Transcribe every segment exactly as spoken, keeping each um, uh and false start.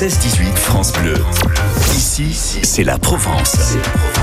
seize dix-huit France Bleu. Ici, c'est la Provence.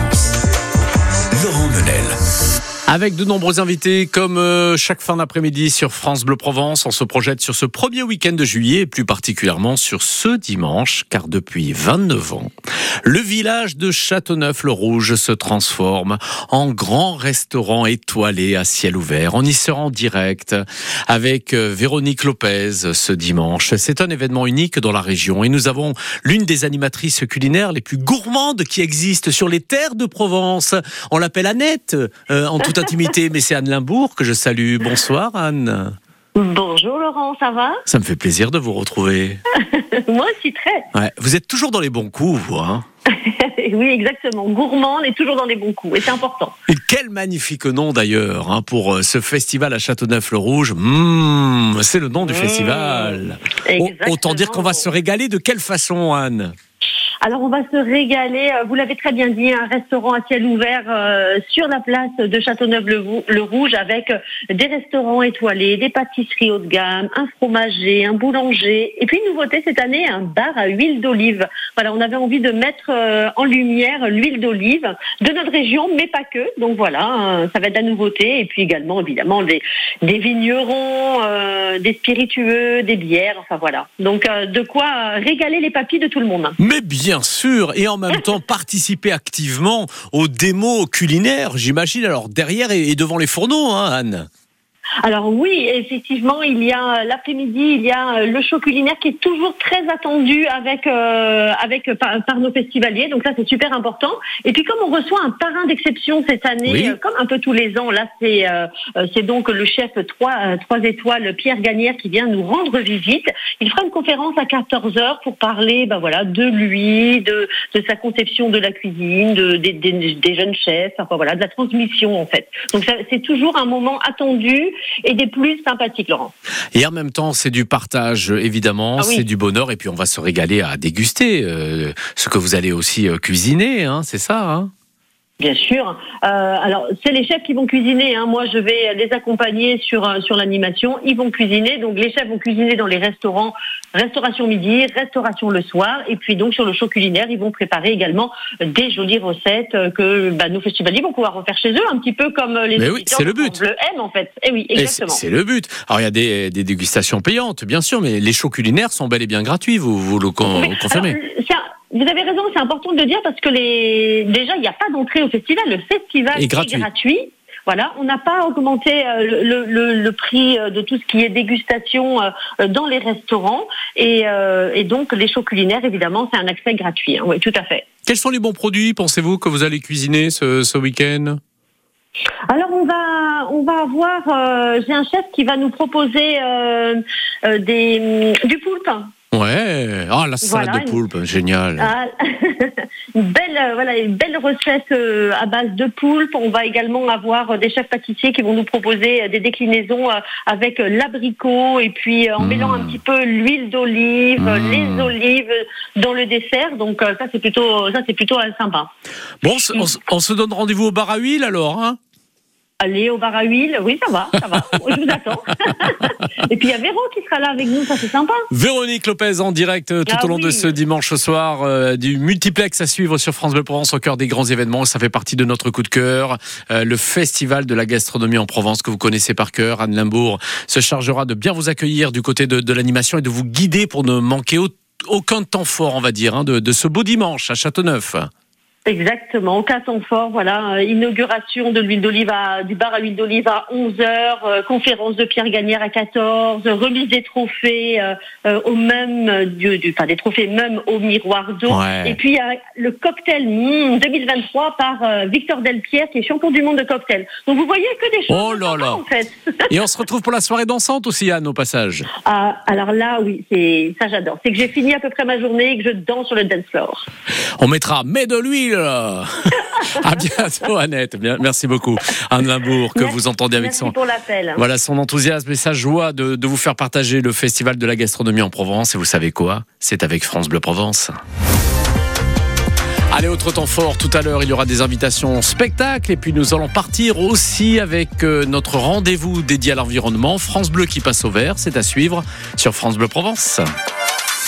Laurent Menel. Avec de nombreux invités, comme euh, chaque fin d'après-midi sur France Bleu Provence, on se projette sur ce premier week-end de juillet et plus particulièrement sur ce dimanche, car depuis vingt-neuf ans, le village de Châteauneuf-le-Rouge se transforme en grand restaurant étoilé à ciel ouvert. On y sera en direct avec euh, Véronique Lopez ce dimanche. C'est un événement unique dans la région et nous avons l'une des animatrices culinaires les plus gourmandes qui existent sur les terres de Provence. On l'appelle Annette euh, en toute intimité, mais c'est Anne Limbourg que je salue. Bonsoir Anne. Bonjour Laurent, ça va ? Ça me fait plaisir de vous retrouver. Moi aussi très. Ouais, vous êtes toujours dans les bons coups, vous, hein ? Oui, exactement. Gourmand, on est toujours dans les bons coups et c'est important. Et quel magnifique nom d'ailleurs hein, pour ce festival à Châteauneuf-le-Rouge. Mmh, c'est le nom du mmh, festival. Exactement. Autant dire qu'on va se régaler. De quelle façon, Anne ? Alors on va se régaler, vous l'avez très bien dit, un restaurant à ciel ouvert euh, sur la place de Châteauneuf-le-Rouge avec des restaurants étoilés, des pâtisseries haut de gamme, un fromager, un boulanger et puis une nouveauté cette année, un bar à huile d'olive. Voilà, on avait envie de mettre euh, en lumière l'huile d'olive de notre région, mais pas que. Donc voilà, hein, ça va être de la nouveauté et puis également évidemment des, des vignerons, euh, des spiritueux, des bières, enfin voilà. Donc euh, de quoi régaler les papilles de tout le monde. Mais bien Bien sûr, et en même temps participer activement aux démos culinaires, j'imagine, alors derrière et devant les fourneaux, hein, Anne. Alors oui, effectivement, il y a l'après-midi, il y a le show culinaire qui est toujours très attendu avec euh, avec par, par nos festivaliers. Donc ça, c'est super important. Et puis comme on reçoit un parrain d'exception cette année, oui. euh, comme un peu tous les ans, là c'est euh, c'est donc le chef trois euh, trois étoiles Pierre Gagnère qui vient nous rendre visite. Il fera une conférence à quatorze heures pour parler, ben voilà, de lui, de de sa conception de la cuisine, de des, des, des jeunes chefs, enfin voilà, de la transmission en fait. Donc ça, c'est toujours un moment attendu. Et des plus sympathiques, Laurent. Et en même temps, c'est du partage, évidemment, ah oui. C'est du bonheur, et puis on va se régaler à déguster euh, ce que vous allez aussi euh, cuisiner, hein, c'est ça, hein ? Bien sûr. Euh, alors, c'est les chefs qui vont cuisiner. Hein. Moi, je vais les accompagner sur sur l'animation. Ils vont cuisiner. Donc, les chefs vont cuisiner dans les restaurants, restauration midi, restauration le soir. Et puis, donc, sur le show culinaire, ils vont préparer également des jolies recettes que bah, nos festivaliers vont pouvoir refaire chez eux, un petit peu comme les Mais oui, c'est le but. Le aime, en fait. Et oui, exactement. Et c'est, c'est le but. Alors, il y a des, des dégustations payantes, bien sûr, mais les shows culinaires sont bel et bien gratuits. Vous, vous le con- oui. confirmez. Alors, c'est un... Vous avez raison, c'est important de le dire parce que les déjà il n'y a pas d'entrée au festival. Le festival est, est gratuit. gratuit. Voilà, on n'a pas augmenté le, le, le prix de tout ce qui est dégustation dans les restaurants et, et donc les shows culinaires évidemment c'est un accès gratuit. Hein, oui, tout à fait. Quels sont les bons produits, pensez-vous, que vous allez cuisiner ce, ce week-end ? Alors on va on va avoir euh, j'ai un chef qui va nous proposer euh, euh, des du poulpe. Ouais, ah la salade voilà, de poulpe, une... génial. Ah, une belle, euh, voilà, une belle recette euh, à base de poulpe. On va également avoir euh, des chefs pâtissiers qui vont nous proposer euh, des déclinaisons euh, avec euh, l'abricot et puis euh, en mmh. mêlant un petit peu l'huile d'olive, mmh. les olives dans le dessert. Donc euh, ça c'est plutôt, ça c'est plutôt euh, sympa. Bon, on, on, on se donne rendez-vous au bar à huile alors, hein ? Allez, au bar à huile, oui, ça va, ça va, je vous attends. Et puis il y a Véro qui sera là avec nous, ça c'est sympa. Véronique Lopez en direct tout ah, au long oui. de ce dimanche soir, euh, du multiplex à suivre sur France Bleu Provence au cœur des grands événements. Ça fait partie de notre coup de cœur, euh, le festival de la gastronomie en Provence que vous connaissez par cœur. Anne Limbourg se chargera de bien vous accueillir du côté de, de l'animation et de vous guider pour ne manquer au, aucun temps fort, on va dire, hein, de, de ce beau dimanche à Châteauneuf. Exactement, au Caton Fort, voilà, euh, inauguration de l'huile d'olive à, du bar à huile d'olive à onze heures, euh, conférence de Pierre Gagnère à quatorze, remise des trophées euh, euh, au même, du, du, enfin des trophées même au miroir d'eau, ouais. Et puis il y a le cocktail mmh, deux mille vingt-trois par euh, Victor Delpierre qui est champion du monde de cocktail. Donc vous voyez que des choses oh là là. En fait. Et on se retrouve pour la soirée dansante aussi, Anne, au passage. Ah, alors là, oui, c'est ça j'adore. C'est que j'ai fini à peu près ma journée et que je danse sur le dance floor. On mettra mais de l'huile. À bientôt, Annette. Merci beaucoup, Anne Limbourg, que merci, vous entendez avec merci son, pour l'appel. Voilà, son enthousiasme et sa joie de, de vous faire partager le festival de la gastronomie en Provence. Et vous savez quoi ? C'est avec France Bleu Provence. Allez, autre temps fort, tout à l'heure, il y aura des invitations spectacles et puis nous allons partir aussi avec notre rendez-vous dédié à l'environnement. France Bleu qui passe au vert, c'est à suivre sur France Bleu Provence.